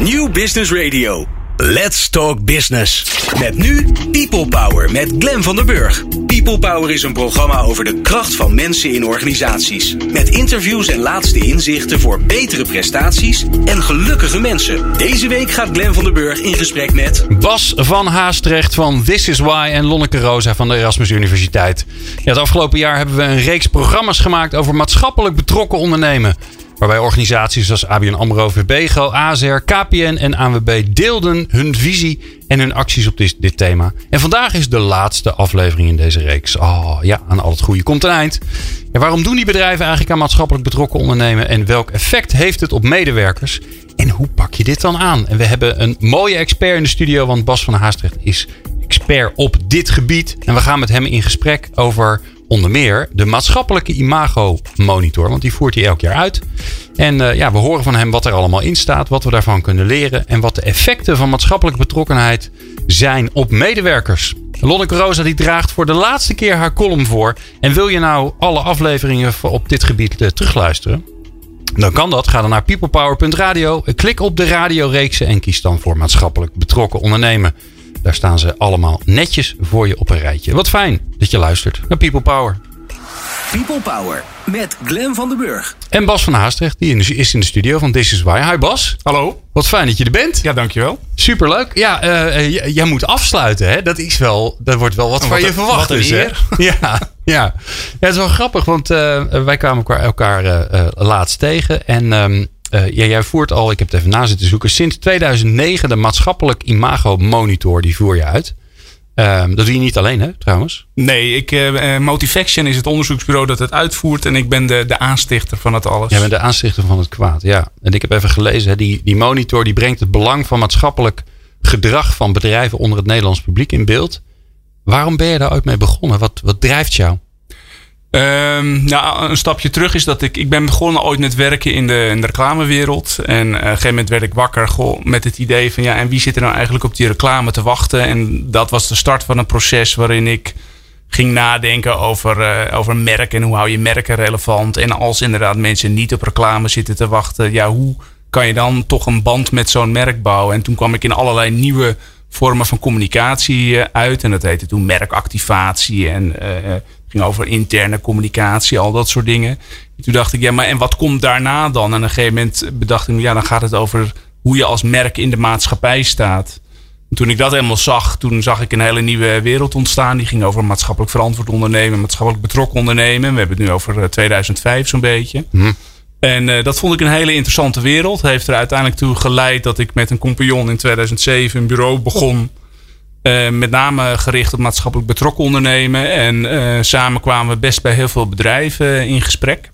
New Business Radio. Let's Talk Business. Met nu People Power met Glenn van der Burg. People Power is een programma over de kracht van mensen in organisaties. Met interviews en laatste inzichten voor betere prestaties en gelukkige mensen. Deze week gaat Glenn van der Burg in gesprek met Bas van Haastrecht van This Is Why en Lonneke Rosa van de Erasmus Universiteit. Ja, het afgelopen jaar hebben we een reeks programma's gemaakt over maatschappelijk betrokken ondernemen. Waarbij organisaties als ABN AMRO, VBGO, ASR, KPN en ANWB deelden hun visie en hun acties op dit thema. En vandaag is de laatste aflevering in deze reeks. Aan al het goede komt een eind. Ja, waarom doen die bedrijven eigenlijk aan maatschappelijk betrokken ondernemen? En welk effect heeft het op medewerkers? En hoe pak je dit dan aan? En we hebben een mooie expert in de studio, want Bas van Haastrecht is expert op dit gebied. En we gaan met hem in gesprek over onder meer de maatschappelijke imago monitor. Want die voert hij elk jaar uit. En we horen van hem wat er allemaal in staat. Wat we daarvan kunnen leren. En wat de effecten van maatschappelijke betrokkenheid zijn op medewerkers. Lonneke Rosa die draagt voor de laatste keer haar column voor. En wil je nou alle afleveringen op dit gebied terugluisteren? Dan kan dat. Ga dan naar peoplepower.radio. Klik op de radioreeksen en kies dan voor maatschappelijk betrokken ondernemen. Daar staan ze allemaal netjes voor je op een rijtje. Wat fijn dat je luistert naar People Power. People Power met Glenn van der Burg. En Bas van Haastrecht, die is in de studio van This Is Why. Hi Bas. Hallo. Wat fijn dat je er bent. Ja, dankjewel. Superleuk. Ja, jij moet afsluiten. Hè? Dat wordt wel wat van je verwacht. Wat een eer. Ja, het is wel grappig, want wij kwamen elkaar laatst tegen. En jij voert al, ik heb het even na zitten zoeken, sinds 2009 de maatschappelijk imago monitor. Die voer je uit. Dat doe je niet alleen, hè, trouwens? Nee, Motivaction is het onderzoeksbureau dat het uitvoert. En ik ben de aanstichter van het alles. Jij bent de aanstichter van het kwaad, ja. En ik heb even gelezen, hè, die monitor die brengt het belang van maatschappelijk gedrag van bedrijven onder het Nederlands publiek in beeld. Waarom ben je daar ooit mee begonnen? Wat drijft jou? Een stapje terug is dat ik ben begonnen ooit met werken in de reclamewereld. En op een gegeven moment werd ik wakker met het idee van en wie zit er nou eigenlijk op die reclame te wachten? En dat was de start van een proces waarin ik ging nadenken over merken en hoe hou je merken relevant. En als inderdaad mensen niet op reclame zitten te wachten, hoe kan je dan toch een band met zo'n merk bouwen? En toen kwam ik in allerlei nieuwe vormen van communicatie uit. En dat heette toen merkactivatie en ging over interne communicatie, al dat soort dingen. En toen dacht ik, en wat komt daarna dan? En op een gegeven moment bedacht ik, dan gaat het over hoe je als merk in de maatschappij staat. En toen ik dat helemaal zag, toen zag ik een hele nieuwe wereld ontstaan. Die ging over maatschappelijk verantwoord ondernemen, maatschappelijk betrokken ondernemen. We hebben het nu over 2005 zo'n beetje. En dat vond ik een hele interessante wereld. Heeft er uiteindelijk toe geleid dat ik met een compagnon in 2007 een bureau begon. Met name gericht op maatschappelijk betrokken ondernemen. En samen kwamen we best bij heel veel bedrijven in gesprek.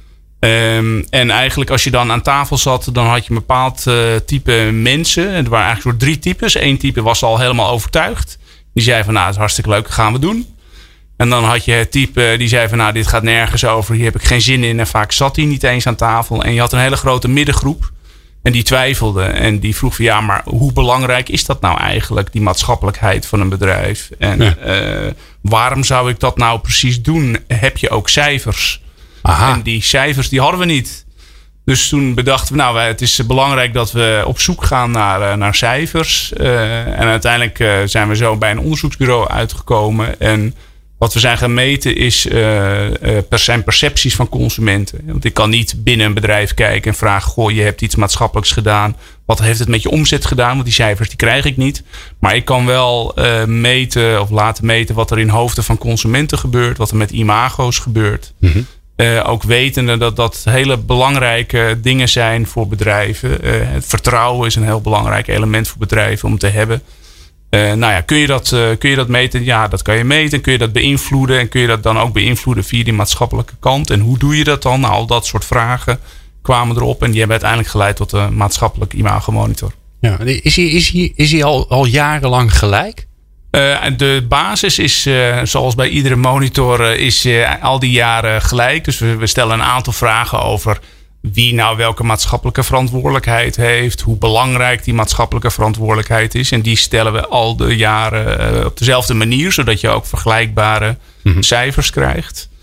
En eigenlijk als je dan aan tafel zat, dan had je een bepaald type mensen. Er waren eigenlijk soort 3 types. 1 type was al helemaal overtuigd. Die zei van het is hartstikke leuk, dat gaan we doen. En dan had je het type die zei van dit gaat nergens over. Hier heb ik geen zin in. En vaak zat hij niet eens aan tafel. En je had een hele grote middengroep. En die twijfelde. En die vroeg van maar hoe belangrijk is dat nou eigenlijk? Die maatschappelijkheid van een bedrijf. En waarom zou ik dat nou precies doen? Heb je ook cijfers? Aha. En die cijfers die hadden we niet. Dus toen bedachten we het is belangrijk dat we op zoek gaan naar cijfers. En uiteindelijk zijn we zo bij een onderzoeksbureau uitgekomen. En wat we zijn gaan meten is zijn percepties van consumenten. Want ik kan niet binnen een bedrijf kijken en vragen, je hebt iets maatschappelijks gedaan. Wat heeft het met je omzet gedaan? Want die cijfers die krijg ik niet. Maar ik kan wel meten of laten meten wat er in hoofden van consumenten gebeurt. Wat er met imago's gebeurt. Mm-hmm. Ook wetende dat hele belangrijke dingen zijn voor bedrijven. Het vertrouwen is een heel belangrijk element voor bedrijven om te hebben. Kun je dat meten? Ja, dat kan je meten. Kun je dat beïnvloeden? En kun je dat dan ook beïnvloeden via die maatschappelijke kant? En hoe doe je dat dan? Al dat soort vragen kwamen erop. En die hebben uiteindelijk geleid tot de maatschappelijke imago monitor. Ja, is hij al jarenlang gelijk? De basis is, zoals bij iedere monitor, is al die jaren gelijk. Dus we stellen een aantal vragen over wie nou welke maatschappelijke verantwoordelijkheid heeft. Hoe belangrijk die maatschappelijke verantwoordelijkheid is. En die stellen we al de jaren op dezelfde manier. Zodat je ook vergelijkbare cijfers krijgt.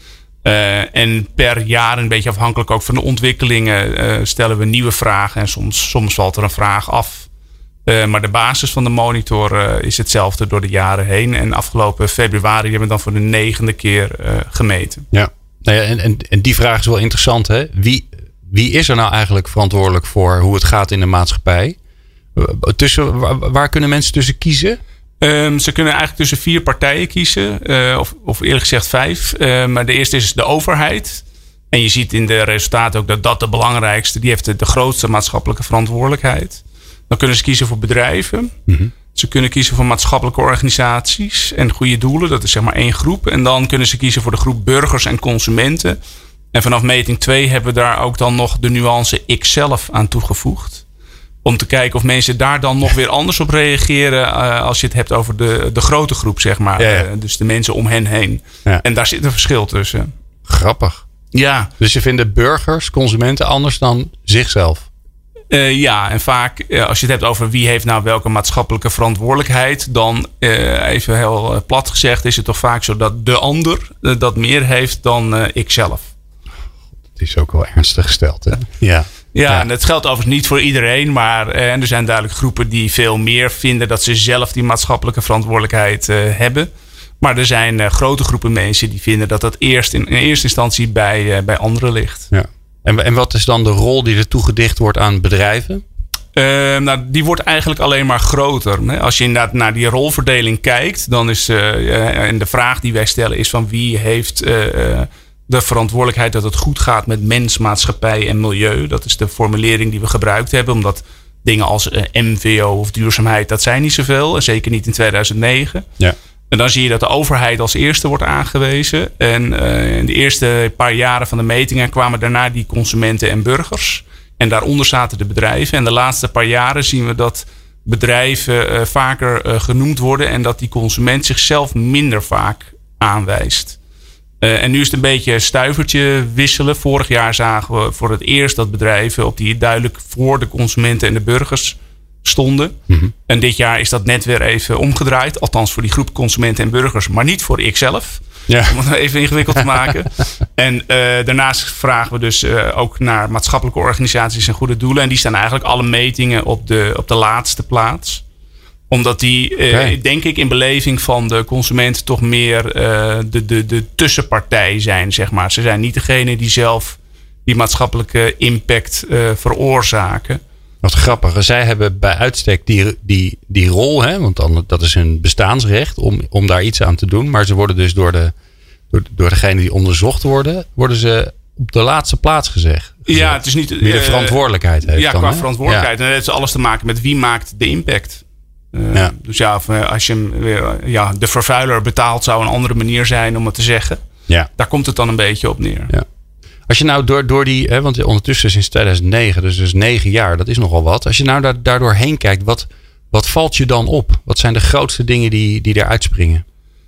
En per jaar, een beetje afhankelijk ook van de ontwikkelingen, stellen we nieuwe vragen. En soms valt er een vraag af. Maar de basis van de monitor is hetzelfde door de jaren heen. En afgelopen februari hebben we dan voor de 9e keer gemeten. Ja, nou ja, en die vraag is wel interessant. Hè? Wie is er nou eigenlijk verantwoordelijk voor hoe het gaat in de maatschappij? Waar kunnen mensen tussen kiezen? Ze kunnen eigenlijk tussen 4 partijen kiezen. Of eerlijk gezegd 5. Maar de eerste is de overheid. En je ziet in de resultaten ook dat de belangrijkste. Die heeft de grootste maatschappelijke verantwoordelijkheid. Dan kunnen ze kiezen voor bedrijven. Mm-hmm. Ze kunnen kiezen voor maatschappelijke organisaties en goede doelen. Dat is zeg maar 1 groep. En dan kunnen ze kiezen voor de groep burgers en consumenten. En vanaf meting 2 hebben we daar ook dan nog de nuance ikzelf aan toegevoegd. Om te kijken of mensen daar dan nog weer anders op reageren. Als je het hebt over de grote groep, zeg maar. Ja. Dus de mensen om hen heen. Ja. En daar zit een verschil tussen. Grappig. Ja. Dus je vindt consumenten, consumenten anders dan zichzelf? Ja, en vaak als je het hebt over wie heeft nou welke maatschappelijke verantwoordelijkheid, dan even heel plat gezegd is het toch vaak zo dat de ander dat meer heeft dan ikzelf. Het is ook wel ernstig gesteld, hè? Ja, en dat geldt overigens niet voor iedereen, maar er zijn duidelijk groepen die veel meer vinden dat ze zelf die maatschappelijke verantwoordelijkheid hebben. Maar er zijn grote groepen mensen die vinden dat dat in eerste instantie bij anderen ligt. Ja. En wat is dan de rol die er toegedicht wordt aan bedrijven? Die wordt eigenlijk alleen maar groter. Als je inderdaad naar die rolverdeling kijkt, dan is en de vraag die wij stellen is van wie heeft de verantwoordelijkheid dat het goed gaat met mens, maatschappij en milieu. Dat is de formulering die we gebruikt hebben, omdat dingen als MVO of duurzaamheid, dat zijn niet zoveel. Zeker niet in 2009. Ja. En dan zie je dat de overheid als eerste wordt aangewezen. En in de eerste paar jaren van de metingen kwamen daarna die consumenten en burgers. En daaronder zaten de bedrijven. En de laatste paar jaren zien we dat bedrijven vaker genoemd worden. En dat die consument zichzelf minder vaak aanwijst. En nu is het een beetje stuivertje wisselen. Vorig jaar zagen we voor het eerst dat bedrijven op die duidelijk voor de consumenten en de burgers stonden. Mm-hmm. En dit jaar is dat net weer even omgedraaid. Althans voor die groep consumenten en burgers. Maar niet voor ikzelf. Ja. Om het even ingewikkeld te maken. En daarnaast vragen we dus ook naar maatschappelijke organisaties en goede doelen. En die staan eigenlijk alle metingen op de laatste plaats. Omdat die, denk ik, in beleving van de consument toch meer de tussenpartij zijn, zeg maar. Ze zijn niet degene die zelf die maatschappelijke impact veroorzaken. Wat grappig. Zij hebben bij uitstek die rol, hè? Want dan, dat is hun bestaansrecht om daar iets aan te doen. Maar ze worden dus door degene die onderzocht worden ze op de laatste plaats gezegd. Ja, het is niet wie de verantwoordelijkheid heeft. Ja, dan, qua hè? verantwoordelijkheid. En dat heeft alles te maken met wie maakt de impact. Dus als je de vervuiler betaalt, zou een andere manier zijn om het te zeggen. Ja. Daar komt het dan een beetje op neer. Ja. Als je nou door die, want ondertussen sinds 2009, dus 9 jaar, dat is nogal wat. Als je nou daardoor heen kijkt, wat valt je dan op? Wat zijn de grootste dingen die eruit springen?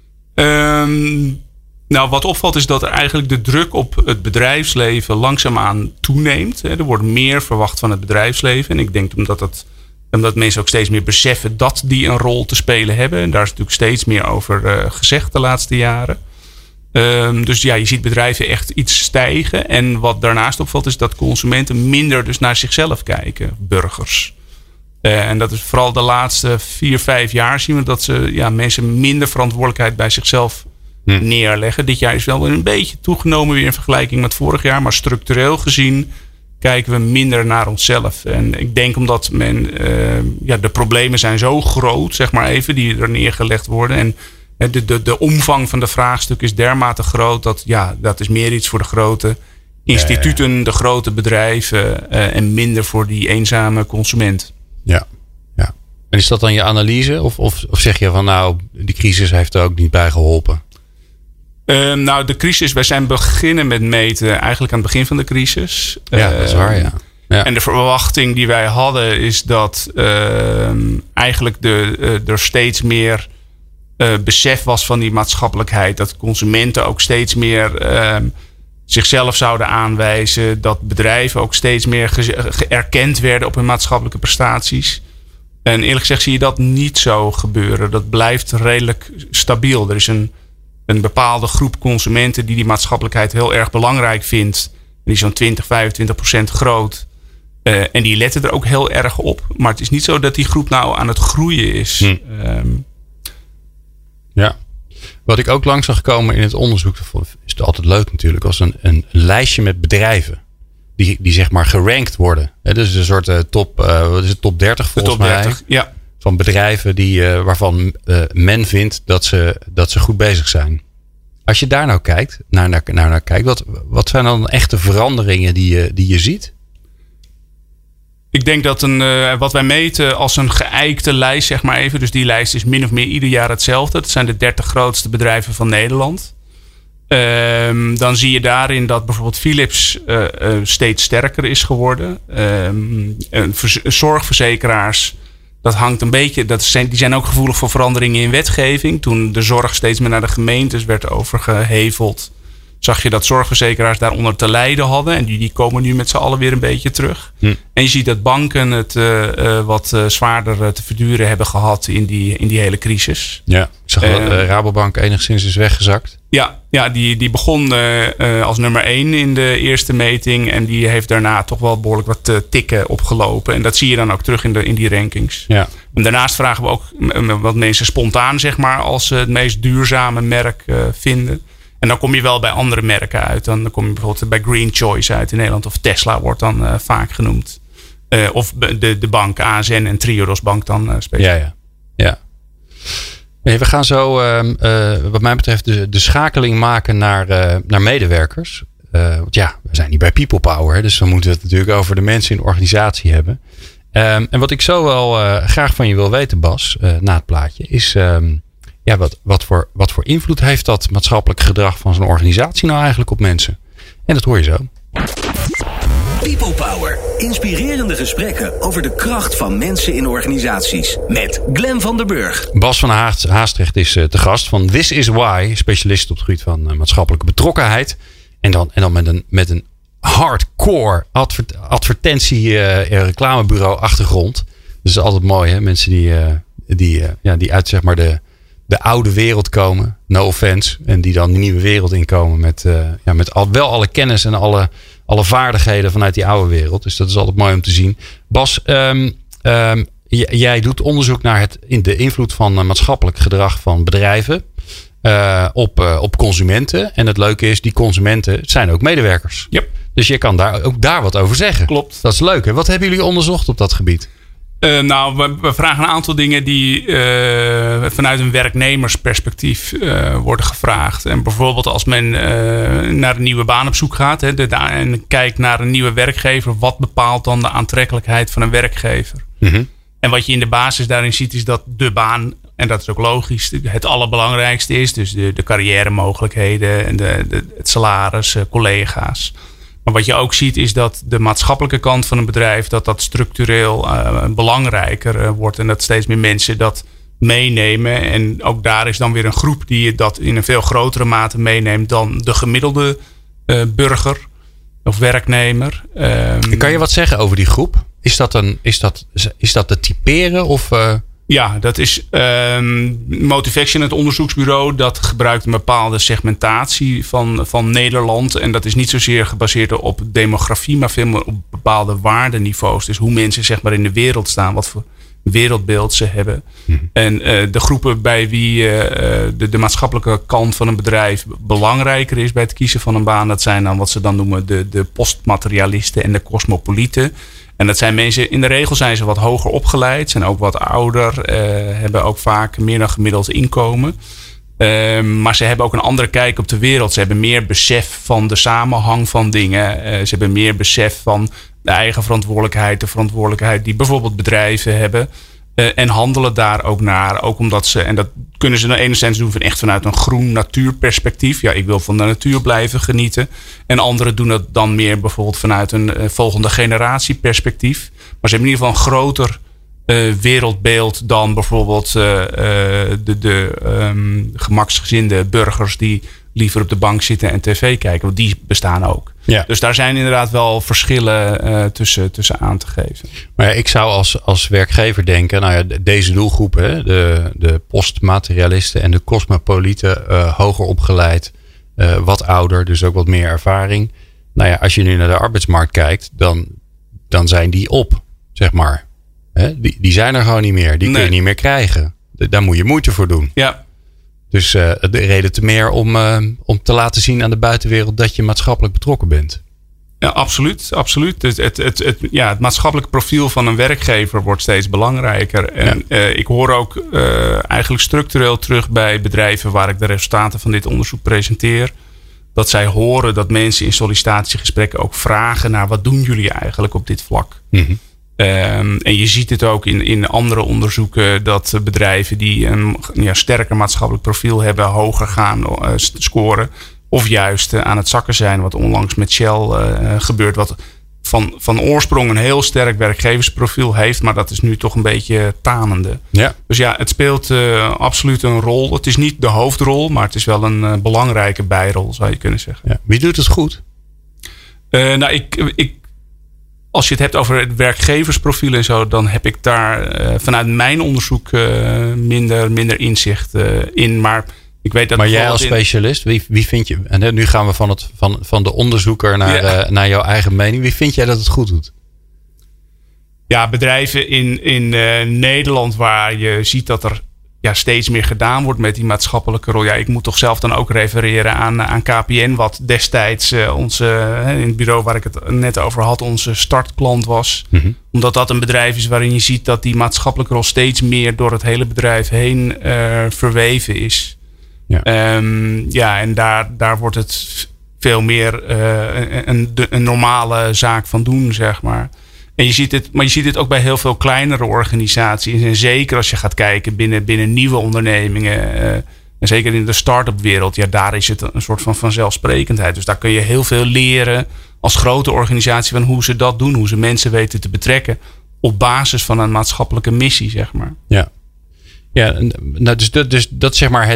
Wat opvalt is dat er eigenlijk de druk op het bedrijfsleven langzaamaan toeneemt. Er wordt meer verwacht van het bedrijfsleven. En ik denk omdat mensen ook steeds meer beseffen dat die een rol te spelen hebben. En daar is natuurlijk steeds meer over gezegd de laatste jaren. Dus ja, je ziet bedrijven echt iets stijgen. En wat daarnaast opvalt is dat consumenten minder dus naar zichzelf kijken. Burgers. En dat is vooral de laatste 4-5 jaar zien we dat mensen minder verantwoordelijkheid bij zichzelf neerleggen. Dit jaar is wel een beetje toegenomen weer in vergelijking met vorig jaar. Maar structureel gezien kijken we minder naar onszelf. En ik denk omdat de problemen zijn zo groot, zeg maar even, die er neergelegd worden. En de omvang van de vraagstuk is dermate groot dat is meer iets voor de grote instituten, de grote bedrijven en minder voor die eenzame consument. Ja. En is dat dan je analyse? Of zeg je van die crisis heeft er ook niet bij geholpen? De crisis, wij zijn beginnen met meten eigenlijk aan het begin van de crisis. Ja, dat is waar, ja. En de verwachting die wij hadden is dat eigenlijk er steeds meer besef was van die maatschappelijkheid. Dat consumenten ook steeds meer zichzelf zouden aanwijzen. Dat bedrijven ook steeds meer erkend werden op hun maatschappelijke prestaties. En eerlijk gezegd zie je dat niet zo gebeuren. Dat blijft redelijk stabiel. Er is een een bepaalde groep consumenten die maatschappelijkheid heel erg belangrijk vindt. Die is zo'n 20-25% groot. En die letten er ook heel erg op. Maar het is niet zo dat die groep nou aan het groeien is. Ja. Wat ik ook langs zag komen in het onderzoek, is het altijd leuk natuurlijk, als een lijstje met bedrijven die zeg maar gerankt worden. Dus een soort top 30 volgens mij. 30, ja. Van bedrijven waarvan men vindt dat ze goed bezig zijn. Als je daar nou kijkt, naar kijkt, wat zijn dan echte veranderingen die je ziet? Ik denk dat wat wij meten als een geëikte lijst, zeg maar even. Dus die lijst is min of meer ieder jaar hetzelfde. Dat zijn de 30 grootste bedrijven van Nederland. Dan zie je daarin dat bijvoorbeeld Philips steeds sterker is geworden. Zorgverzekeraars, dat hangt een beetje. Die zijn ook gevoelig voor veranderingen in wetgeving. Toen de zorg steeds meer naar de gemeentes werd overgeheveld, zag je dat zorgverzekeraars daaronder te lijden hadden. En die komen nu met z'n allen weer een beetje terug. En je ziet dat banken het wat zwaarder te verduren hebben gehad in die hele crisis. Ja, ik zag dat Rabobank enigszins is weggezakt. Ja, die begon als nummer 1 in de eerste meting. En die heeft daarna toch wel behoorlijk wat tikken opgelopen. En dat zie je dan ook terug in die rankings. Ja. En daarnaast vragen we ook wat mensen spontaan, zeg maar, als ze het meest duurzame merk vinden. En dan kom je wel bij andere merken uit. Dan kom je bijvoorbeeld bij Green Choice uit in Nederland. Of Tesla wordt dan vaak genoemd. Of de bank ASN en Triodos Bank dan speciaal. Ja. We gaan zo wat mij betreft de schakeling maken naar medewerkers. Want we zijn hier bij People Power. Dus dan moeten we het natuurlijk over de mensen in de organisatie hebben. En wat ik zo wel graag van je wil weten, Bas, na het plaatje, is wat voor invloed heeft dat maatschappelijk gedrag van zo'n organisatie nou eigenlijk op mensen? En dat hoor je zo. People Power. Inspirerende gesprekken over de kracht van mensen in organisaties. Met Glenn van der Burg. Bas van Haastrecht is te gast van This Is Why. Specialist op het gebied van maatschappelijke betrokkenheid. En dan met een hardcore reclamebureau achtergrond. Dat is altijd mooi, hè? Mensen die uit zeg maar de oude wereld komen. No offense. En die dan de nieuwe wereld inkomen met wel alle kennis en alle vaardigheden vanuit die oude wereld. Dus dat is altijd mooi om te zien. Bas, jij doet onderzoek naar de invloed van maatschappelijk gedrag van bedrijven op consumenten. En het leuke is, die consumenten zijn ook medewerkers. Yep. Dus je kan daar wat over zeggen. Klopt. Dat is leuk, hè? Wat hebben jullie onderzocht op dat gebied? We vragen een aantal dingen die vanuit een werknemersperspectief worden gevraagd. En bijvoorbeeld als men naar een nieuwe baan op zoek gaat en kijkt naar een nieuwe werkgever, wat bepaalt dan de aantrekkelijkheid van een werkgever? Mm-hmm. En wat je in de basis daarin ziet is dat de baan, en dat is ook logisch, het allerbelangrijkste is. Dus de carrière mogelijkheden en het salaris, collega's. Maar wat je ook ziet is dat de maatschappelijke kant van een bedrijf, dat structureel belangrijker wordt. En dat steeds meer mensen dat meenemen. En ook daar is dan weer een groep die dat in een veel grotere mate meeneemt dan de gemiddelde burger of werknemer. Kan je wat zeggen over die groep? Is dat te typeren of... Ja, dat is Motivaction, het onderzoeksbureau. Dat gebruikt een bepaalde segmentatie van Nederland. En dat is niet zozeer gebaseerd op demografie, maar veel meer op bepaalde waardeniveaus. Dus hoe mensen zeg maar in de wereld staan, wat voor wereldbeeld ze hebben. Mm-hmm. En de groepen bij wie de maatschappelijke kant van een bedrijf belangrijker is bij het kiezen van een baan, dat zijn dan wat ze dan noemen de postmaterialisten en de cosmopolieten. En dat zijn mensen, in de regel zijn ze wat hoger opgeleid, zijn ook wat ouder, hebben ook vaak meer dan gemiddeld inkomen. Maar ze hebben ook een andere kijk op de wereld. Ze hebben meer besef van de samenhang van dingen. Ze hebben meer besef van de eigen verantwoordelijkheid, de verantwoordelijkheid die bijvoorbeeld bedrijven hebben. En handelen daar ook naar. Ook omdat ze, en dat kunnen ze dan enigszins doen vanuit een groen natuurperspectief. Ja, ik wil van de natuur blijven genieten. En anderen doen dat dan meer bijvoorbeeld vanuit een volgende generatie perspectief. Maar ze hebben in ieder geval een groter wereldbeeld dan bijvoorbeeld de gemaksgezinde burgers die liever op de bank zitten en tv kijken. Want die bestaan ook. Ja. Dus daar zijn inderdaad wel verschillen tussen aan te geven. Maar ja, ik zou als werkgever denken, nou ja, deze doelgroepen, de postmaterialisten en de cosmopolieten, hoger opgeleid, wat ouder, dus ook wat meer ervaring. Nou ja, als je nu naar de arbeidsmarkt kijkt, dan zijn die op, zeg maar. Die zijn er gewoon niet meer. Die kun je niet meer krijgen. Daar moet je moeite voor doen. Ja. Dus de reden te meer om te laten zien aan de buitenwereld dat je maatschappelijk betrokken bent. Ja, absoluut. Het maatschappelijke profiel van een werkgever wordt steeds belangrijker. En ik hoor ook eigenlijk structureel terug bij bedrijven waar ik de resultaten van dit onderzoek presenteer. Dat zij horen dat mensen in sollicitatiegesprekken ook vragen naar wat doen jullie eigenlijk op dit vlak. Mm-hmm. En je ziet het ook in andere onderzoeken dat bedrijven die een sterker maatschappelijk profiel hebben hoger gaan scoren. Of juist aan het zakken zijn, wat onlangs met Shell gebeurt. Wat van oorsprong een heel sterk werkgeversprofiel heeft, maar dat is nu toch een beetje tanende. Ja. Dus ja, het speelt absoluut een rol. Het is niet de hoofdrol, maar het is wel een belangrijke bijrol, zou je kunnen zeggen. Ja. Wie doet het goed? Als je het hebt over het werkgeversprofiel en zo, dan heb ik daar vanuit mijn onderzoek minder inzicht in. Maar ik weet dat. Maar jij als specialist, wie vind je? En nu gaan we van de onderzoeker naar jouw eigen mening. Wie vind jij dat het goed doet? Ja, bedrijven in Nederland waar je ziet dat er steeds meer gedaan wordt met die maatschappelijke rol. Ja, ik moet toch zelf dan ook refereren aan KPN, wat destijds in het bureau waar ik het net over had, onze startklant was. Mm-hmm. Omdat dat een bedrijf is waarin je ziet dat die maatschappelijke rol steeds meer door het hele bedrijf heen verweven is. Ja. En daar wordt het veel meer een normale zaak van doen, zeg maar. En je ziet het ook bij heel veel kleinere organisaties. En zeker als je gaat kijken binnen nieuwe ondernemingen. En zeker in de start-up wereld. Ja, daar is het een soort van vanzelfsprekendheid. Dus daar kun je heel veel leren als grote organisatie van hoe ze dat doen. Hoe ze mensen weten te betrekken. Op basis van een maatschappelijke missie, zeg maar. Ja. Ja, nou, dus dat is zeg maar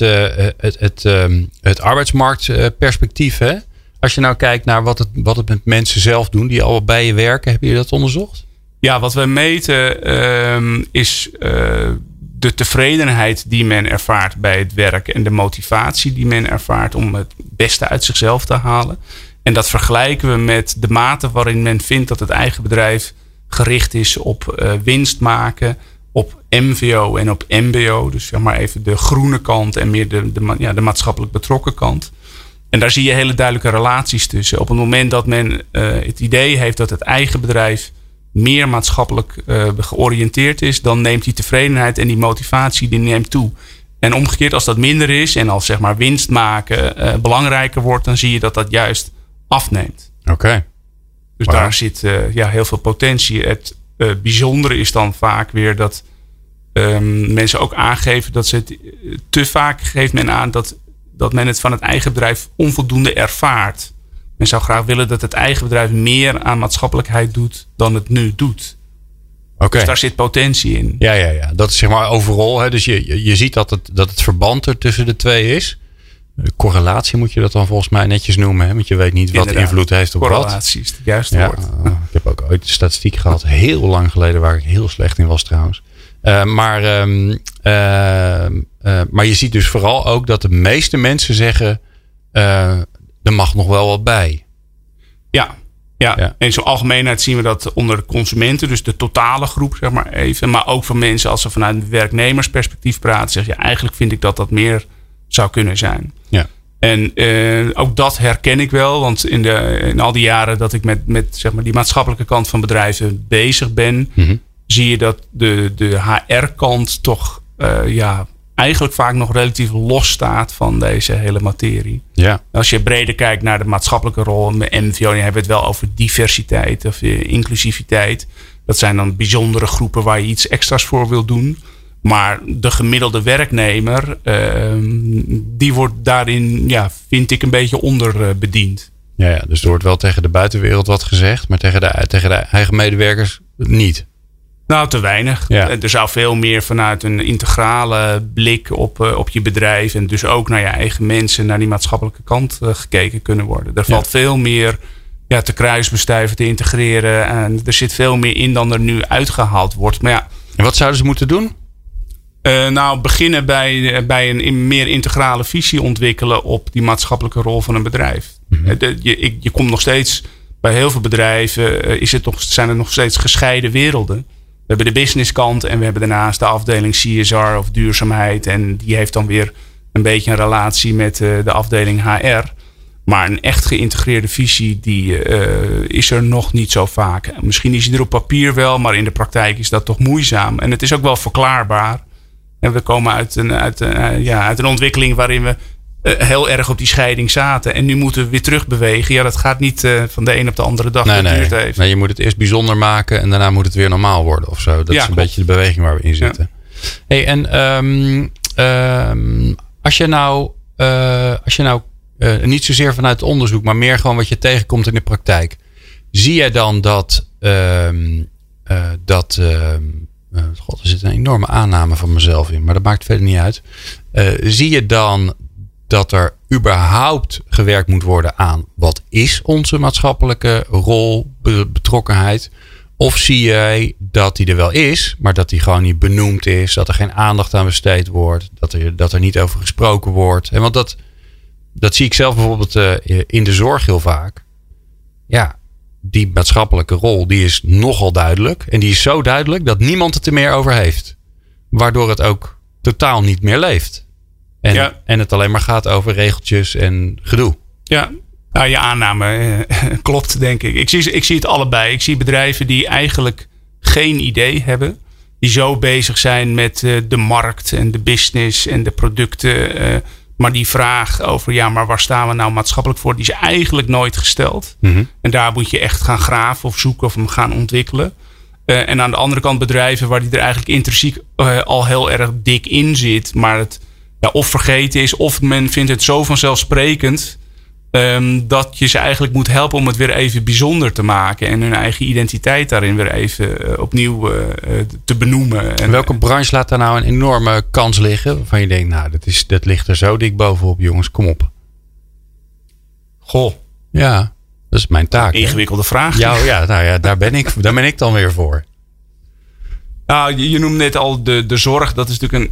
het arbeidsmarktperspectief, hè? Als je nou kijkt naar wat het met mensen zelf doen die al bij je werken, hebben jullie dat onderzocht? Ja, wat we meten is de tevredenheid die men ervaart bij het werk en de motivatie die men ervaart om het beste uit zichzelf te halen. En dat vergelijken we met de mate waarin men vindt dat het eigen bedrijf gericht is op winst maken, op MVO en op MBO. Dus zeg maar even de groene kant en meer de maatschappelijk betrokken kant. En daar zie je hele duidelijke relaties tussen. Op het moment dat men het idee heeft dat het eigen bedrijf meer maatschappelijk georiënteerd is, dan neemt die tevredenheid en die motivatie die neemt toe. En omgekeerd, als dat minder is en als zeg maar winst maken belangrijker wordt, dan zie je dat dat juist afneemt. Oké. Dus daar zit heel veel potentie. Het bijzondere is dan vaak weer dat mensen ook aangeven dat ze het te vaak geeft men aan dat men het van het eigen bedrijf onvoldoende ervaart. Men zou graag willen dat het eigen bedrijf meer aan maatschappelijkheid doet dan het nu doet. Okay. Dus daar zit potentie in. Ja. Dat is zeg maar overal. Hè? Dus je ziet dat het verband er tussen de twee is. De correlatie moet je dat dan volgens mij netjes noemen. Hè? Want je weet niet wat invloed heeft op correlatie wat. Correlatie is het juiste woord. Ik heb ook ooit de statistiek gehad. Heel lang geleden waar ik heel slecht in was trouwens. Maar je ziet dus vooral ook dat de meeste mensen zeggen, er mag nog wel wat bij. Ja. En zo algemeenheid zien we dat onder de consumenten, dus de totale groep, zeg maar even. Maar ook voor mensen, als ze vanuit een werknemersperspectief praten, zeggen eigenlijk vind ik dat meer zou kunnen zijn. Ja. En ook dat herken ik wel, want in al die jaren dat ik met zeg maar die maatschappelijke kant van bedrijven bezig ben, mm-hmm. zie je dat de HR-kant toch eigenlijk vaak nog relatief los staat van deze hele materie. Ja. Als je breder kijkt naar de maatschappelijke rol, met MVO, dan hebben we het wel over diversiteit of inclusiviteit. Dat zijn dan bijzondere groepen waar je iets extra's voor wil doen. Maar de gemiddelde werknemer, die wordt daarin, vind ik, een beetje onderbediend. Ja, dus er wordt wel tegen de buitenwereld wat gezegd, maar tegen de eigen medewerkers niet. Nou, te weinig. Ja. Er zou veel meer vanuit een integrale blik op je bedrijf en dus ook naar je eigen mensen, naar die maatschappelijke kant gekeken kunnen worden. Er valt veel meer te kruisbestuiven, te integreren. En er zit veel meer in dan er nu uitgehaald wordt. Maar ja. En wat zouden ze moeten doen? Beginnen bij een meer integrale visie ontwikkelen op die maatschappelijke rol van een bedrijf. Mm-hmm. Je komt nog steeds, bij heel veel bedrijven zijn er nog steeds gescheiden werelden. We hebben de businesskant en we hebben daarnaast de afdeling CSR of duurzaamheid. En die heeft dan weer een beetje een relatie met de afdeling HR. Maar een echt geïntegreerde visie, die is er nog niet zo vaak. Misschien is die er op papier wel, maar in de praktijk is dat toch moeizaam. En het is ook wel verklaarbaar. En we komen uit een ontwikkeling waarin we heel erg op die scheiding zaten. En nu moeten we weer terugbewegen. Ja, dat gaat niet van de een op de andere dag. Nee, je moet het eerst bijzonder maken en daarna moet het weer normaal worden of zo. Dat is een beetje de beweging waar we in zitten. Ja. Hey, en als je nou niet zozeer vanuit het onderzoek, maar meer gewoon wat je tegenkomt in de praktijk. Zie jij dan God, er zit een enorme aanname van mezelf in, maar dat maakt verder niet uit. Zie je dan dat er überhaupt gewerkt moet worden aan wat is onze maatschappelijke rol, betrokkenheid? Of zie jij dat die er wel is, maar dat die gewoon niet benoemd is, dat er geen aandacht aan besteed wordt, dat er niet over gesproken wordt? En want dat zie ik zelf bijvoorbeeld in de zorg heel vaak. Ja, die maatschappelijke rol die is nogal duidelijk. En die is zo duidelijk dat niemand het er meer over heeft. Waardoor het ook totaal niet meer leeft. En het alleen maar gaat over regeltjes en gedoe. Ja, nou, je aanname klopt denk ik. Ik zie het allebei. Ik zie bedrijven die eigenlijk geen idee hebben. Die zo bezig zijn met de markt en de business en de producten. Maar die vraag over, maar waar staan we nou maatschappelijk voor? Die is eigenlijk nooit gesteld. Mm-hmm. En daar moet je echt gaan graven of zoeken of hem gaan ontwikkelen. En aan de andere kant bedrijven waar die er eigenlijk intrinsiek al heel erg dik in zit. Maar het of vergeten is of men vindt het zo vanzelfsprekend. Dat je ze eigenlijk moet helpen om het weer even bijzonder te maken. En hun eigen identiteit daarin weer even opnieuw te benoemen. En welke branche laat daar nou een enorme kans liggen? Waarvan je denkt, dat ligt er zo dik bovenop, jongens, kom op. Goh. Ja, dat is mijn taak. Ingewikkelde vraag. Daar ben ik dan weer voor. Nou, je noemde net al de zorg. Dat is natuurlijk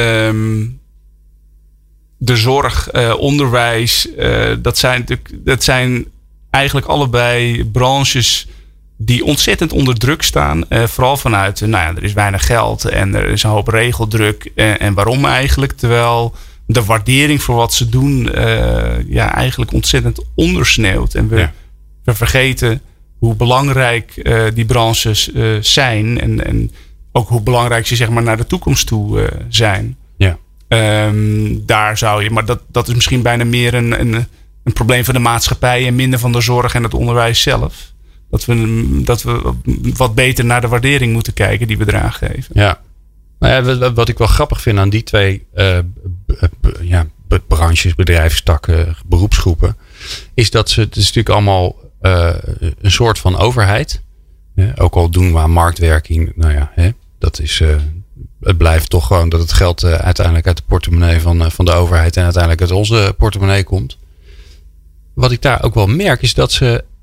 de zorg, onderwijs, dat zijn eigenlijk allebei branches die ontzettend onder druk staan. Vooral vanuit, er is weinig geld en er is een hoop regeldruk. En waarom eigenlijk? Terwijl de waardering voor wat ze doen eigenlijk ontzettend ondersneeuwt. En we vergeten hoe belangrijk die branches zijn. En ook hoe belangrijk ze naar de toekomst toe zijn. Ja. Daar zou je, maar dat is misschien bijna meer een probleem van de maatschappij en minder van de zorg en het onderwijs zelf. Dat we wat beter naar de waardering moeten kijken die we eraan geven. Ja. Wat ik wel grappig vind aan die twee branches, bedrijfstakken, beroepsgroepen, is dat het is natuurlijk allemaal een soort van overheid. Ook al doen we aan marktwerking, dat is. Het blijft toch gewoon dat het geld uiteindelijk uit de portemonnee van de overheid en uiteindelijk uit onze portemonnee komt. Wat ik daar ook wel merk is dat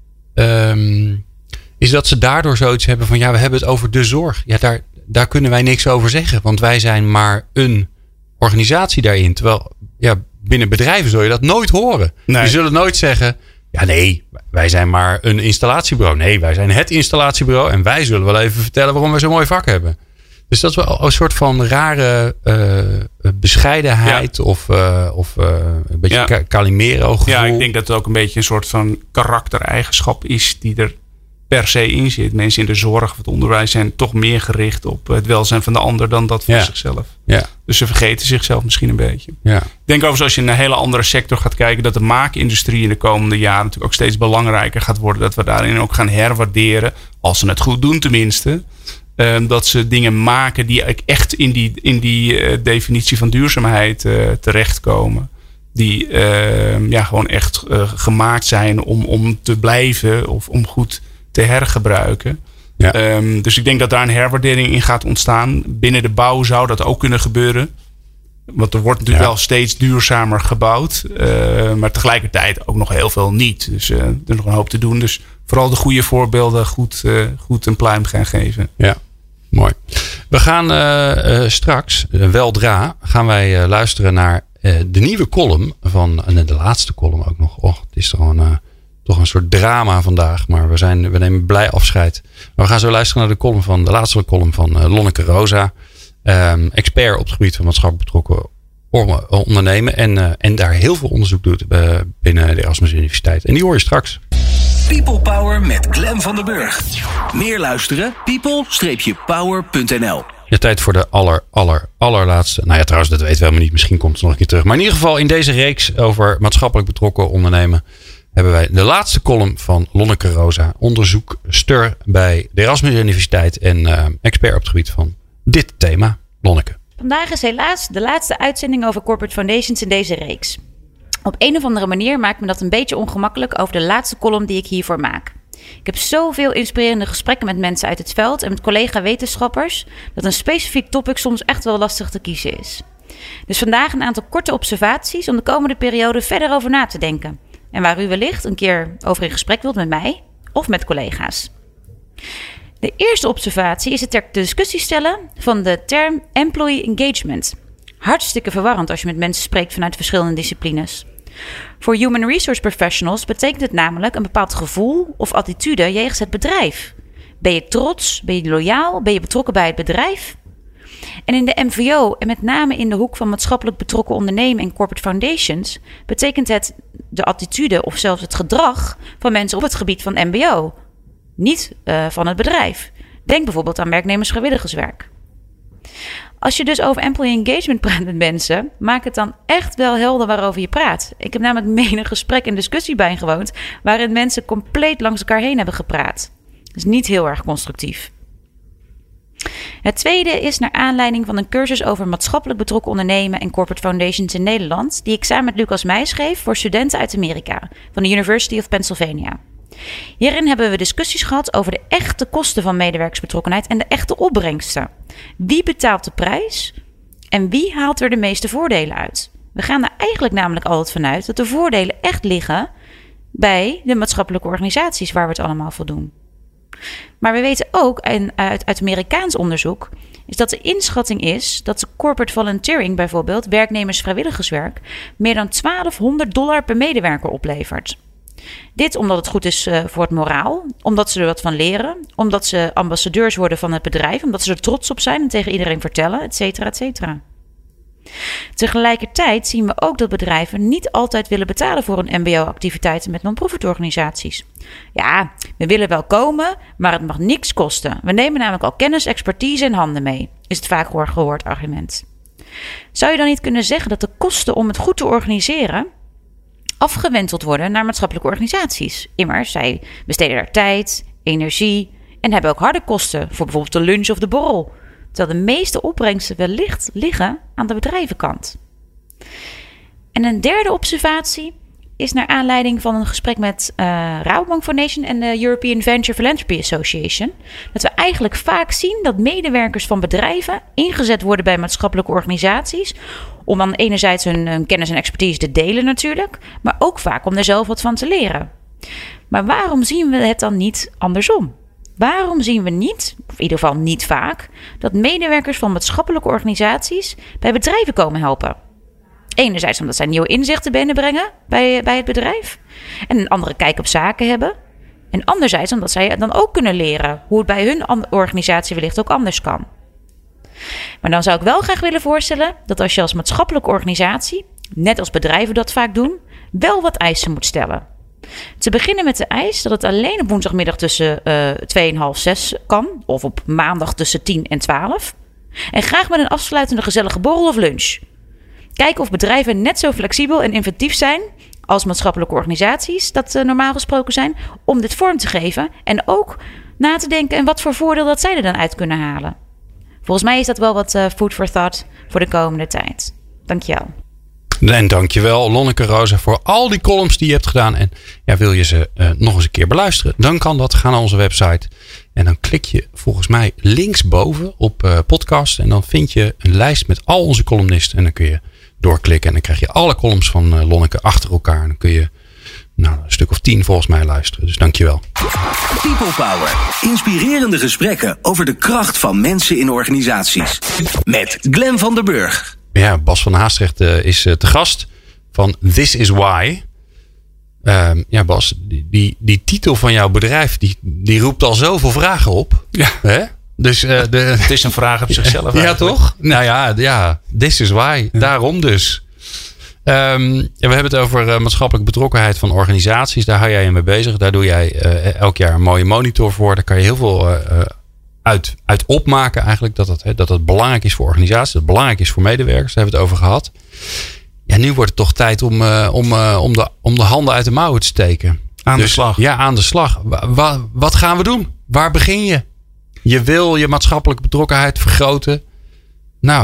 ze daardoor zoiets hebben van we hebben het over de zorg. Ja, daar kunnen wij niks over zeggen, want wij zijn maar een organisatie daarin. Terwijl binnen bedrijven zul je dat nooit horen. Nee. Die zullen nooit zeggen, wij zijn maar een installatiebureau. Nee, wij zijn het installatiebureau en wij zullen wel even vertellen waarom we zo'n mooi vak hebben. Dus dat is wel een soort van rare bescheidenheid of een beetje Calimero gevoel. Ja, ik denk dat het ook een beetje een soort van karaktereigenschap is die er per se in zit. Mensen in de zorg of het onderwijs zijn toch meer gericht op het welzijn van de ander dan dat van zichzelf. Ja. Dus ze vergeten zichzelf misschien een beetje. Ja. Ik denk overigens als je in een hele andere sector gaat kijken, dat de maakindustrie in de komende jaren natuurlijk ook steeds belangrijker gaat worden. Dat we daarin ook gaan herwaarderen, als ze het goed doen tenminste. Dat ze dingen maken die echt in die definitie van duurzaamheid terechtkomen. Die gewoon echt gemaakt zijn om te blijven of om goed te hergebruiken. Ja. Dus ik denk dat daar een herwaardering in gaat ontstaan. Binnen de bouw zou dat ook kunnen gebeuren. Want er wordt natuurlijk wel steeds duurzamer gebouwd. Maar tegelijkertijd ook nog heel veel niet. Dus er is nog een hoop te doen. Dus vooral de goede voorbeelden goed een pluim gaan geven. Ja, mooi. We gaan straks, weldra, gaan wij luisteren naar de nieuwe column van... En de laatste column ook nog. Het is toch een soort drama vandaag. Maar we nemen blij afscheid. Maar we gaan zo luisteren naar de laatste column van Lonneke Rosa. Expert op het gebied van maatschappelijk betrokken ondernemen. En daar heel veel onderzoek doet binnen de Erasmus Universiteit. En die hoor je straks. People Power met Glenn van den Burg. Meer luisteren? people-power.nl. Ja, tijd voor de allerlaatste. Nou ja, trouwens, dat weten we helemaal niet. Misschien komt het nog een keer terug. Maar in ieder geval in deze reeks over maatschappelijk betrokken ondernemen hebben wij de laatste column van Lonneke Rosa. Onderzoekster bij de Erasmus Universiteit en expert op het gebied van dit thema. Lonneke. Vandaag is helaas de laatste uitzending over corporate foundations in deze reeks. Op een of andere manier maakt me dat een beetje ongemakkelijk over de laatste column die ik hiervoor maak. Ik heb zoveel inspirerende gesprekken met mensen uit het veld en met collega-wetenschappers dat een specifiek topic soms echt wel lastig te kiezen is. Dus vandaag een aantal korte observaties om de komende periode verder over na te denken. En waar u wellicht een keer over in gesprek wilt met mij of met collega's. De eerste observatie is het ter discussie stellen van de term employee engagement. Hartstikke verwarrend als je met mensen spreekt vanuit verschillende disciplines. Voor human resource professionals betekent het namelijk een bepaald gevoel of attitude jegens het bedrijf. Ben je trots? Ben je loyaal? Ben je betrokken bij het bedrijf? En in de MVO en met name in de hoek van maatschappelijk betrokken ondernemen en corporate foundations betekent het de attitude of zelfs het gedrag van mensen op het gebied van MBO. Niet van het bedrijf. Denk bijvoorbeeld aan werknemersvrijwilligerswerk. Als je dus over employee engagement praat met mensen, maak het dan echt wel helder waarover je praat. Ik heb namelijk menig gesprek en discussie bijgewoond waarin mensen compleet langs elkaar heen hebben gepraat. Dat is niet heel erg constructief. Het tweede is naar aanleiding van een cursus over maatschappelijk betrokken ondernemen en corporate foundations in Nederland, die ik samen met Lucas Meij schreef voor studenten uit Amerika van de University of Pennsylvania. Hierin hebben we discussies gehad over de echte kosten van medewerkersbetrokkenheid en de echte opbrengsten. Wie betaalt de prijs en wie haalt er de meeste voordelen uit? We gaan er eigenlijk namelijk altijd vanuit dat de voordelen echt liggen bij de maatschappelijke organisaties waar we het allemaal voor doen. Maar we weten ook uit Amerikaans onderzoek is dat de inschatting is dat de corporate volunteering bijvoorbeeld werknemersvrijwilligerswerk meer dan $1200 per medewerker oplevert. Dit omdat het goed is voor het moraal, omdat ze er wat van leren, omdat ze ambassadeurs worden van het bedrijf, omdat ze er trots op zijn en tegen iedereen vertellen, et cetera, et cetera. Tegelijkertijd zien we ook dat bedrijven niet altijd willen betalen voor hun mbo-activiteiten met non-profit organisaties. Ja, we willen wel komen, maar het mag niks kosten. We nemen namelijk al kennis, expertise en handen mee, is het vaak gehoord argument. Zou je dan niet kunnen zeggen dat de kosten om het goed te organiseren afgewenteld worden naar maatschappelijke organisaties? Immers, zij besteden daar tijd, energie en hebben ook harde kosten voor bijvoorbeeld de lunch of de borrel. Terwijl de meeste opbrengsten wellicht liggen aan de bedrijvenkant. En een derde observatie is naar aanleiding van een gesprek met Rabobank Foundation en de European Venture Philanthropy Association. Dat we eigenlijk vaak zien dat medewerkers van bedrijven ingezet worden bij maatschappelijke organisaties. Om dan enerzijds hun kennis en expertise te delen natuurlijk, maar ook vaak om er zelf wat van te leren. Maar waarom zien we het dan niet andersom? Waarom zien we niet, of in ieder geval niet vaak, dat medewerkers van maatschappelijke organisaties bij bedrijven komen helpen? Enerzijds omdat zij nieuwe inzichten binnenbrengen bij het bedrijf en een andere kijk op zaken hebben. En anderzijds omdat zij dan ook kunnen leren hoe het bij hun organisatie wellicht ook anders kan. Maar dan zou ik wel graag willen voorstellen dat als je als maatschappelijke organisatie, net als bedrijven dat vaak doen, wel wat eisen moet stellen. Te beginnen met de eis dat het alleen op woensdagmiddag tussen 2 en half 6 kan. Of op maandag tussen 10 en 12. En graag met een afsluitende gezellige borrel of lunch. Kijken of bedrijven net zo flexibel en inventief zijn als maatschappelijke organisaties dat normaal gesproken zijn, om dit vorm te geven. En ook na te denken en wat voor voordeel dat zij er dan uit kunnen halen. Volgens mij is dat wel wat food for thought voor de komende tijd. Dankjewel. En dankjewel Lonneke Rosa voor al die columns die je hebt gedaan. En ja, wil je ze nog eens een keer beluisteren? Dan kan dat. Ga naar onze website. En dan klik je volgens mij linksboven op podcast. En dan vind je een lijst met al onze columnisten. En dan kun je doorklikken. En dan krijg je alle columns van Lonneke achter elkaar. En dan kun je een stuk of 10 volgens mij luisteren. Dus dankjewel. People Power. Inspirerende gesprekken over de kracht van mensen in organisaties. Met Glenn van der Burg. Ja, Bas van Haastrecht is te gast van This is Why. Ja, Bas, die titel van jouw bedrijf, die roept al zoveel vragen op. Ja. Hè? Dus, het is een vraag op zichzelf. Ja, toch? Nou ja, This is Why. Ja. Daarom dus. We hebben het over maatschappelijke betrokkenheid van organisaties. Daar hou jij je mee bezig. Daar doe jij elk jaar een mooie monitor voor. Daar kan je heel veel uit opmaken eigenlijk. Dat het belangrijk is voor organisaties. Dat het belangrijk is voor medewerkers. Daar hebben we het over gehad. Ja, nu wordt het toch tijd om de handen uit de mouwen te steken. Aan de slag. Ja, aan de slag. Wat gaan we doen? Waar begin je? Je wil je maatschappelijke betrokkenheid vergroten. Nou.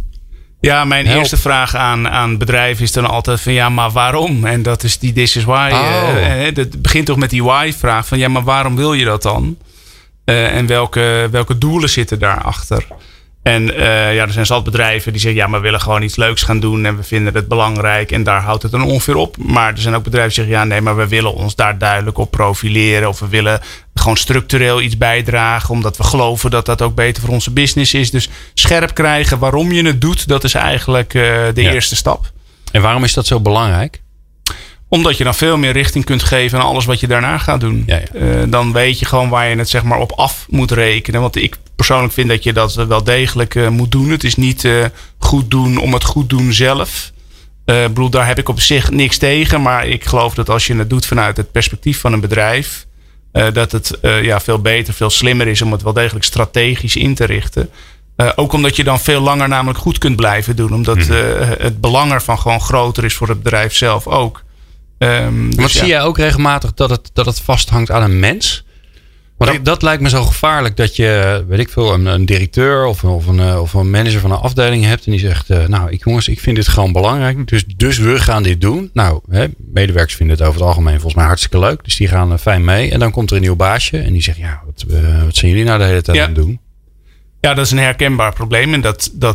Ja, mijn eerste vraag aan bedrijven is dan altijd van ja, maar waarom? En dat is die This is Why. Het begint toch met die why-vraag van ja, maar waarom wil je dat dan? En welke doelen zitten daarachter? En er zijn zat bedrijven die zeggen ja, maar we willen gewoon iets leuks gaan doen en we vinden het belangrijk en daar houdt het dan ongeveer op. Maar er zijn ook bedrijven die zeggen ja, nee, maar we willen ons daar duidelijk op profileren of we willen gewoon structureel iets bijdragen omdat we geloven dat dat ook beter voor onze business is. Dus scherp krijgen waarom je het doet, dat is eigenlijk de eerste stap. En waarom is dat zo belangrijk? Omdat je dan veel meer richting kunt geven aan alles wat je daarna gaat doen. Ja. Dan weet je gewoon waar je het zeg maar op af moet rekenen. Want ik persoonlijk vind dat je dat wel degelijk moet doen. Het is niet goed doen om het goed doen zelf. Bedoel, daar heb ik op zich niks tegen. Maar ik geloof dat als je het doet vanuit het perspectief van een bedrijf, dat het veel beter, veel slimmer is om het wel degelijk strategisch in te richten. Ook omdat je dan veel langer namelijk goed kunt blijven doen. Omdat het belang ervan gewoon groter is voor het bedrijf zelf ook. Maar zie jij ook regelmatig dat het vasthangt aan een mens? Want dat lijkt me zo gevaarlijk dat je, weet ik veel, een directeur of een manager van een afdeling hebt. En die zegt, jongens, ik vind dit gewoon belangrijk. Dus we gaan dit doen. Nou, medewerkers vinden het over het algemeen volgens mij hartstikke leuk. Dus die gaan fijn mee. En dan komt er een nieuw baasje. En die zegt, ja, wat zijn jullie nou de hele tijd aan het doen? Ja, dat is een herkenbaar probleem. En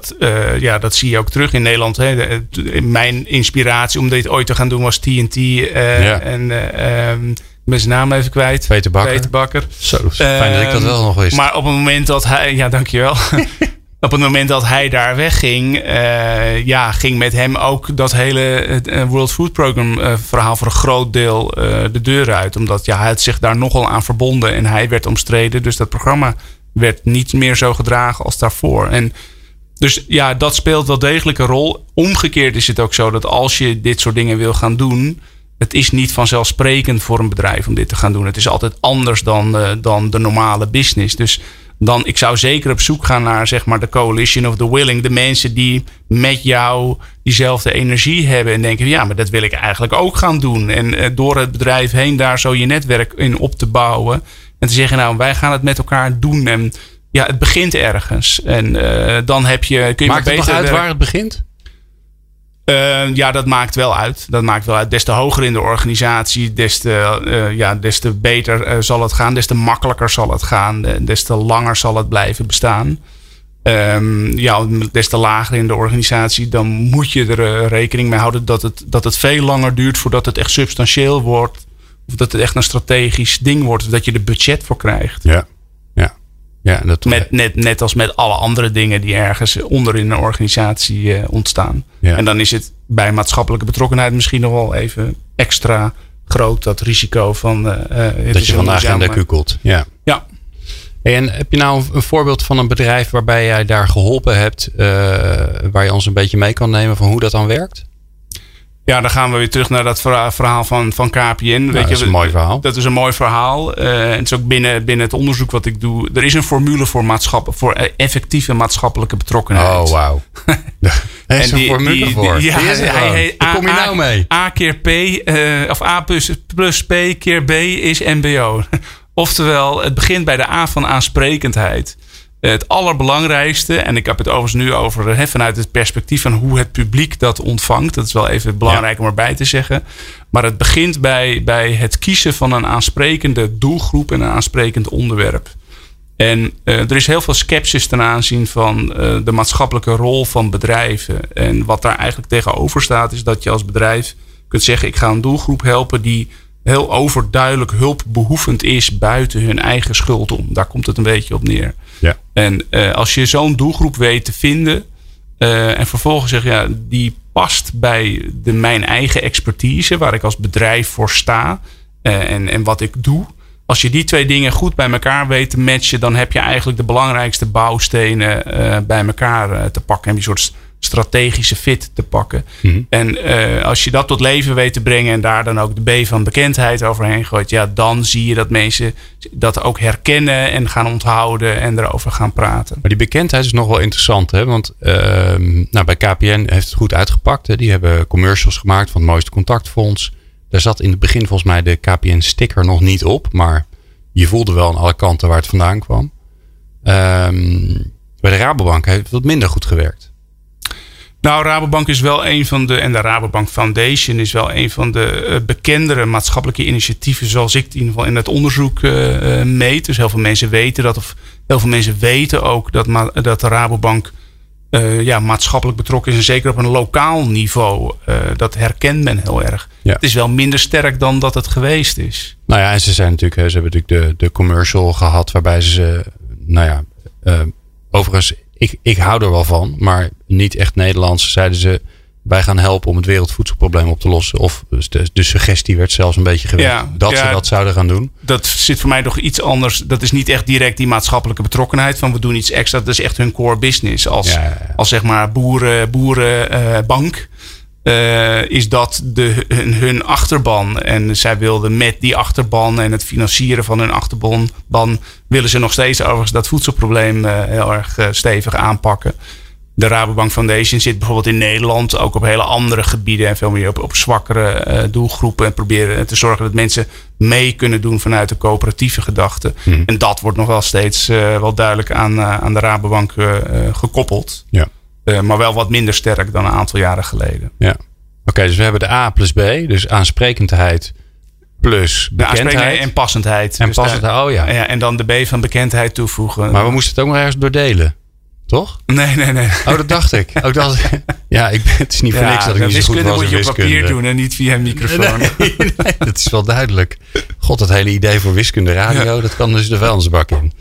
dat zie je ook terug in Nederland. Mijn inspiratie om dit ooit te gaan doen was TNT. Ik ben zijn naam even kwijt. Peter Bakker. Zo, fijn dat ik dat wel nog wist. Maar op het moment dat hij... Ja, dankjewel. Op het moment dat hij daar wegging... ging met hem ook dat hele World Food Program verhaal voor een groot deel de deur uit. Omdat hij had zich daar nogal aan verbonden. En hij werd omstreden. Dus dat programma werd niet meer zo gedragen als daarvoor. En dus ja, dat speelt wel degelijk een rol. Omgekeerd is het ook zo dat als je dit soort dingen wil gaan doen, het is niet vanzelfsprekend voor een bedrijf om dit te gaan doen. Het is altijd anders dan de normale business. Dus ik zou zeker op zoek gaan naar zeg maar de coalition of the willing. De mensen die met jou diezelfde energie hebben en denken, ja, maar dat wil ik eigenlijk ook gaan doen. En door het bedrijf heen daar zo je netwerk in op te bouwen. En te zeggen, nou, wij gaan het met elkaar doen. En ja, het begint ergens. En dan kun je Maakt maar het beter nog uit waar het begint? Dat maakt wel uit. Des te hoger in de organisatie, des te beter zal het gaan. Des te makkelijker zal het gaan. Des te langer zal het blijven bestaan. Des te lager in de organisatie, dan moet je er rekening mee houden dat het veel langer duurt voordat het echt substantieel wordt. Of dat het echt een strategisch ding wordt. Of dat je er budget voor krijgt. Ja, dat net als met alle andere dingen die ergens onder in een organisatie ontstaan. Ja. En dan is het bij maatschappelijke betrokkenheid misschien nog wel even extra groot. Dat risico van... dat je vandaag aan de kukelt. Ja. En heb je nou een voorbeeld van een bedrijf waarbij jij daar geholpen hebt, waar je ons een beetje mee kan nemen van hoe dat dan werkt? Ja, dan gaan we weer terug naar dat verhaal van KPN. Dat is een mooi verhaal. Dat is een mooi verhaal. En het is ook binnen het onderzoek wat ik doe. Er is een formule voor effectieve maatschappelijke betrokkenheid. Oh, wauw. Er is een formule voor. Waar kom je nou mee? A keer P, of A plus P keer B is MBO. Oftewel, het begint bij de A van aansprekendheid. Het allerbelangrijkste, en ik heb het overigens nu over vanuit het perspectief van hoe het publiek dat ontvangt. Dat is wel even belangrijk om erbij te zeggen. Maar het begint bij het kiezen van een aansprekende doelgroep en een aansprekend onderwerp. En er is heel veel sceptisch ten aanzien van de maatschappelijke rol van bedrijven. En wat daar eigenlijk tegenover staat is dat je als bedrijf kunt zeggen, ik ga een doelgroep helpen die heel overduidelijk hulpbehoevend is buiten hun eigen schuld om. Daar komt het een beetje op neer. Ja. En als je zo'n doelgroep weet te vinden en vervolgens zeg die past bij mijn eigen expertise, waar ik als bedrijf voor sta en wat ik doe. Als je die 2 dingen goed bij elkaar weet te matchen, dan heb je eigenlijk de belangrijkste bouwstenen bij elkaar te pakken. En die soort strategische fit te pakken. Mm-hmm. En als je dat tot leven weet te brengen en daar dan ook de B van bekendheid overheen gooit, dan zie je dat mensen dat ook herkennen en gaan onthouden en erover gaan praten. Maar die bekendheid is nog wel interessant, hè? Want bij KPN heeft het goed uitgepakt. Hè? Die hebben commercials gemaakt van het Mooiste Contactfonds. Daar zat in het begin volgens mij de KPN-sticker nog niet op. Maar je voelde wel aan alle kanten waar het vandaan kwam. Bij de Rabobank heeft het wat minder goed gewerkt. Nou, Rabobank is wel en de Rabobank Foundation is wel een van de bekendere maatschappelijke initiatieven, zoals ik in ieder geval in het onderzoek meet. Dus heel veel mensen weten dat, of heel veel mensen weten ook dat de Rabobank maatschappelijk betrokken is. En zeker op een lokaal niveau. Dat herkent men heel erg. Ja. Het is wel minder sterk dan dat het geweest is. Nou ja, en ze hebben natuurlijk de commercial gehad waarbij ze, overigens, ik hou er wel van, maar niet echt Nederlands. Zeiden ze, wij gaan helpen om het wereldvoedselprobleem op te lossen. Of de suggestie werd zelfs een beetje gewekt ze dat zouden gaan doen. Dat zit voor mij nog iets anders. Dat is niet echt direct die maatschappelijke betrokkenheid van we doen iets extra. Dat is echt hun core business. Als zeg maar boerenbank is dat hun achterban. En zij wilden met die achterban en het financieren van hun achterban willen ze nog steeds overigens dat voedselprobleem heel erg stevig aanpakken. De Rabobank Foundation zit bijvoorbeeld in Nederland ook op hele andere gebieden en veel meer op zwakkere doelgroepen en proberen te zorgen dat mensen mee kunnen doen vanuit de coöperatieve gedachte. En dat wordt nog wel steeds wel duidelijk aan de Rabobank gekoppeld. Ja. Maar wel wat minder sterk dan een aantal jaren geleden. Ja. Oké, dus we hebben de A plus B, dus aansprekendheid plus bekendheid. En passendheid. En dus passendheid, en dan de B van bekendheid toevoegen. Maar we moesten het ook nog ergens doordelen. Toch? Nee. Oh, dat dacht ik. Het is niet voor niks dat ik niet zo goed was in wiskunde. Moet je op papier doen en niet via een microfoon. Nee, dat is wel duidelijk. God, dat hele idee voor wiskunde radio, dat kan dus de vuilnisbak in.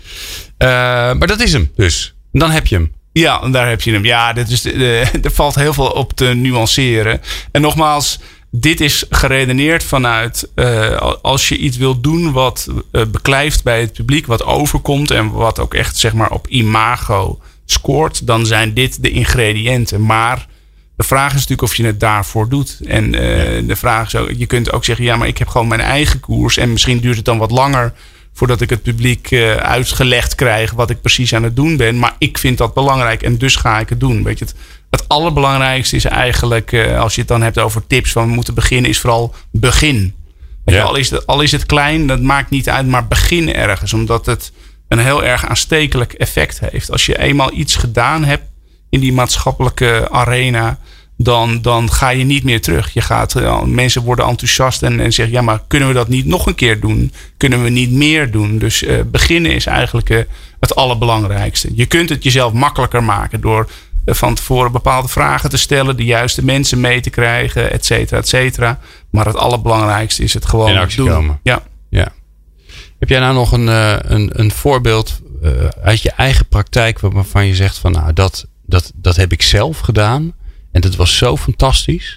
Maar dat is hem dus. Dan heb je hem. Ja, daar heb je hem. Ja, er valt heel veel op te nuanceren. En nogmaals, dit is geredeneerd vanuit als je iets wilt doen wat beklijft bij het publiek, wat overkomt en wat ook echt zeg maar op imago scoort, dan zijn dit de ingrediënten. Maar de vraag is natuurlijk of je het daarvoor doet. En de vraag is ook, je kunt ook zeggen, ja, maar ik heb gewoon mijn eigen koers en misschien duurt het dan wat langer voordat ik het publiek uitgelegd krijg wat ik precies aan het doen ben. Maar ik vind dat belangrijk en dus ga ik het doen. Weet je, het allerbelangrijkste is eigenlijk, als je het dan hebt over tips van we moeten beginnen, is vooral begin. Weet je, al is het klein, dat maakt niet uit, maar begin ergens. Omdat het een heel erg aanstekelijk effect heeft. Als je eenmaal iets gedaan hebt in die maatschappelijke arena, dan ga je niet meer terug. Mensen worden enthousiast en zeggen, ja, maar kunnen we dat niet nog een keer doen? Kunnen we niet meer doen? Dus beginnen is eigenlijk het allerbelangrijkste. Je kunt het jezelf makkelijker maken door van tevoren bepaalde vragen te stellen, de juiste mensen mee te krijgen, et cetera, et cetera. Maar het allerbelangrijkste is het gewoon in actie doen. Komen. Ja. Heb jij nou nog een voorbeeld uit je eigen praktijk waarvan je zegt van nou, dat heb ik zelf gedaan en dat was zo fantastisch?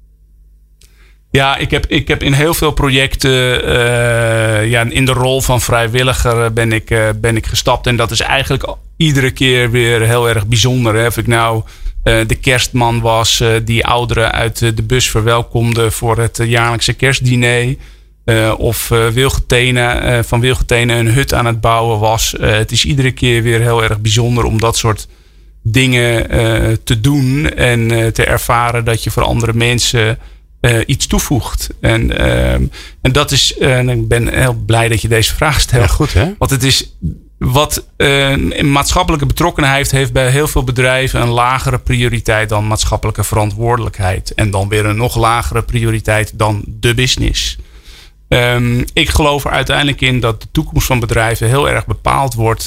Ja, ik heb in heel veel projecten in de rol van vrijwilliger ben ik gestapt. En dat is eigenlijk iedere keer weer heel erg bijzonder. Hè? Of ik nou de kerstman was die ouderen uit de bus verwelkomde voor het jaarlijkse kerstdiner. Of van Wilgetenen een hut aan het bouwen was. Het is iedere keer weer heel erg bijzonder om dat soort dingen te doen. En te ervaren dat je voor andere mensen iets toevoegt. En dat is, ik ben heel blij dat je deze vraag stelt. Ja, goed, hè? Want het is wat maatschappelijke betrokkenheid heeft bij heel veel bedrijven een lagere prioriteit dan maatschappelijke verantwoordelijkheid. En dan weer een nog lagere prioriteit dan de business. Ik geloof er uiteindelijk in dat de toekomst van bedrijven heel erg bepaald wordt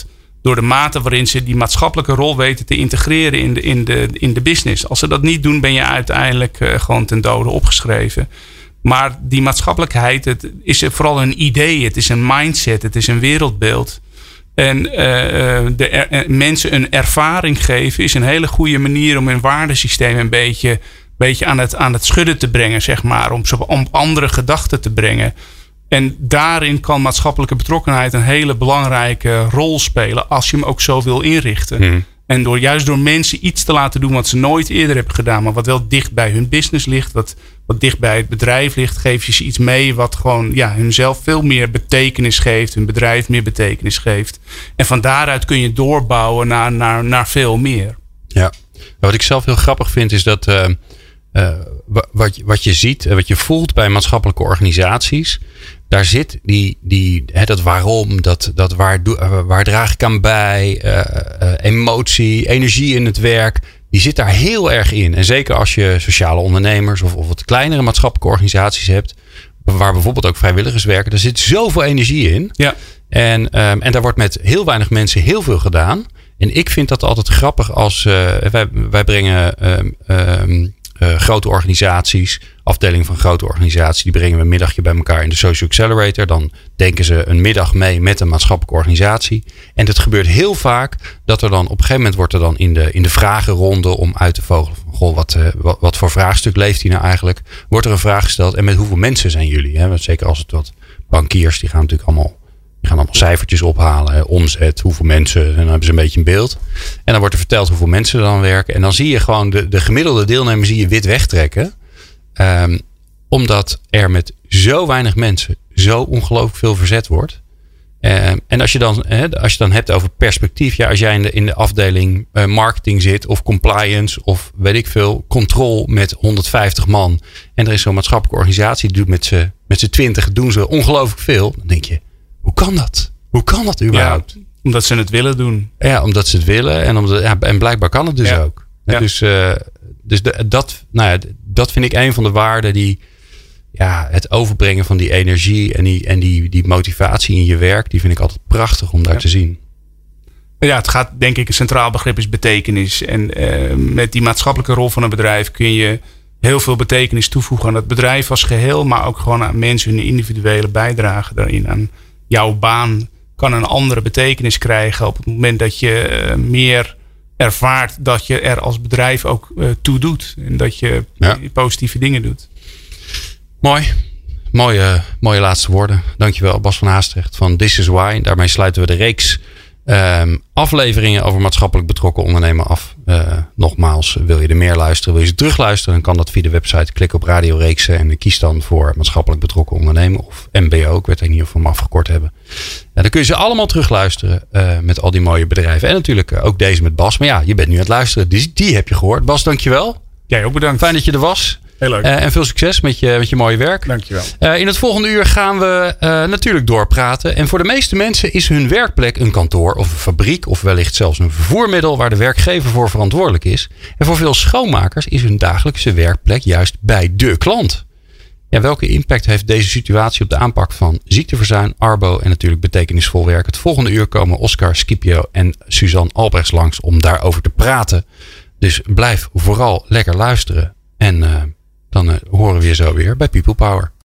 door de mate waarin ze die maatschappelijke rol weten te integreren in de business. Als ze dat niet doen, ben je uiteindelijk gewoon ten dode opgeschreven. Maar die maatschappelijkheid, het is vooral een idee. Het is een mindset. Het is een wereldbeeld. En mensen een ervaring geven is een hele goede manier om hun waardesysteem een beetje aan het schudden te brengen, zeg maar. Om andere gedachten te brengen. En daarin kan maatschappelijke betrokkenheid een hele belangrijke rol spelen als je hem ook zo wil inrichten. En juist door mensen iets te laten doen wat ze nooit eerder hebben gedaan, maar wat wel dicht bij hun business ligt, wat dicht bij het bedrijf ligt, geef je ze iets mee wat gewoon hunzelf veel meer betekenis geeft, hun bedrijf meer betekenis geeft. En van daaruit kun je doorbouwen naar veel meer. Ja, wat ik zelf heel grappig vind is dat wat je ziet en wat je voelt bij maatschappelijke organisaties, daar zit dat waarom, dat waar draag ik aan bij, emotie, energie in het werk, die zit daar heel erg in. En zeker als je sociale ondernemers of wat kleinere maatschappelijke organisaties hebt, waar bijvoorbeeld ook vrijwilligers werken, daar zit zoveel energie in. Ja. En daar wordt met heel weinig mensen heel veel gedaan. En ik vind dat altijd grappig als wij brengen grote organisaties, afdeling van grote organisaties, die brengen we een middagje bij elkaar in de Social Accelerator. Dan denken ze een middag mee met een maatschappelijke organisatie. En het gebeurt heel vaak dat er dan op een gegeven moment wordt er dan in de vragenronde om uit te vogelen van goh, wat voor vraagstuk leeft hier nou eigenlijk? Wordt er een vraag gesteld en met hoeveel mensen zijn jullie? Hè? Want zeker als het wat bankiers, die gaan natuurlijk allemaal cijfertjes ophalen, omzet, hoeveel mensen, en dan hebben ze een beetje een beeld. En dan wordt er verteld hoeveel mensen er dan werken. En dan zie je gewoon de gemiddelde deelnemer zie je wit wegtrekken. Omdat er met zo weinig mensen zo ongelooflijk veel verzet wordt. En als je dan hebt over perspectief, als jij in de afdeling marketing zit of compliance of weet ik veel, control met 150 man. En er is zo'n maatschappelijke organisatie die doet met z'n 20 doen ze ongelooflijk veel. Dan denk je, hoe kan dat? Hoe kan dat überhaupt? Ja, omdat ze het willen doen. Ja, omdat ze het willen. En blijkbaar kan het dus ook. Ja. Dus dat vind ik een van de waarden die het overbrengen van die energie en die motivatie in je werk, die vind ik altijd prachtig om daar te zien. Ja, het gaat denk ik, een centraal begrip is betekenis. En met die maatschappelijke rol van een bedrijf kun je heel veel betekenis toevoegen aan het bedrijf als geheel, maar ook gewoon aan mensen hun individuele bijdrage daarin. Aan jouw baan kan een andere betekenis krijgen op het moment dat je meer ervaart dat je er als bedrijf ook toe doet. En dat je positieve dingen doet. Mooi. Mooie laatste woorden. Dankjewel Bas van Haastrecht van This Is Why. Daarmee sluiten we de reeks afleveringen over maatschappelijk betrokken ondernemen af. Nogmaals, wil je er meer luisteren, wil je ze terugluisteren, dan kan dat via de website. Klik op Radio Reeksen en kies dan voor maatschappelijk betrokken ondernemen of MBO. Ik weet niet of we hem afgekort hebben. Dan kun je ze allemaal terugluisteren met al die mooie bedrijven. En natuurlijk ook deze met Bas. Maar je bent nu aan het luisteren. Die heb je gehoord. Bas, dankjewel. Jij ook bedankt. Fijn dat je er was. Heel leuk. En veel succes met je mooie werk. Dankjewel. In het volgende uur gaan we natuurlijk doorpraten. En voor de meeste mensen is hun werkplek een kantoor of een fabriek of wellicht zelfs een vervoermiddel waar de werkgever voor verantwoordelijk is. En voor veel schoonmakers is hun dagelijkse werkplek juist bij de klant. Ja, welke impact heeft deze situatie op de aanpak van ziekteverzuim, arbo en natuurlijk betekenisvol werk? Het volgende uur komen Oscar Scipio en Suzanne Albrechts langs om daarover te praten. Dus blijf vooral lekker luisteren. En dan horen we je zo weer bij People Power.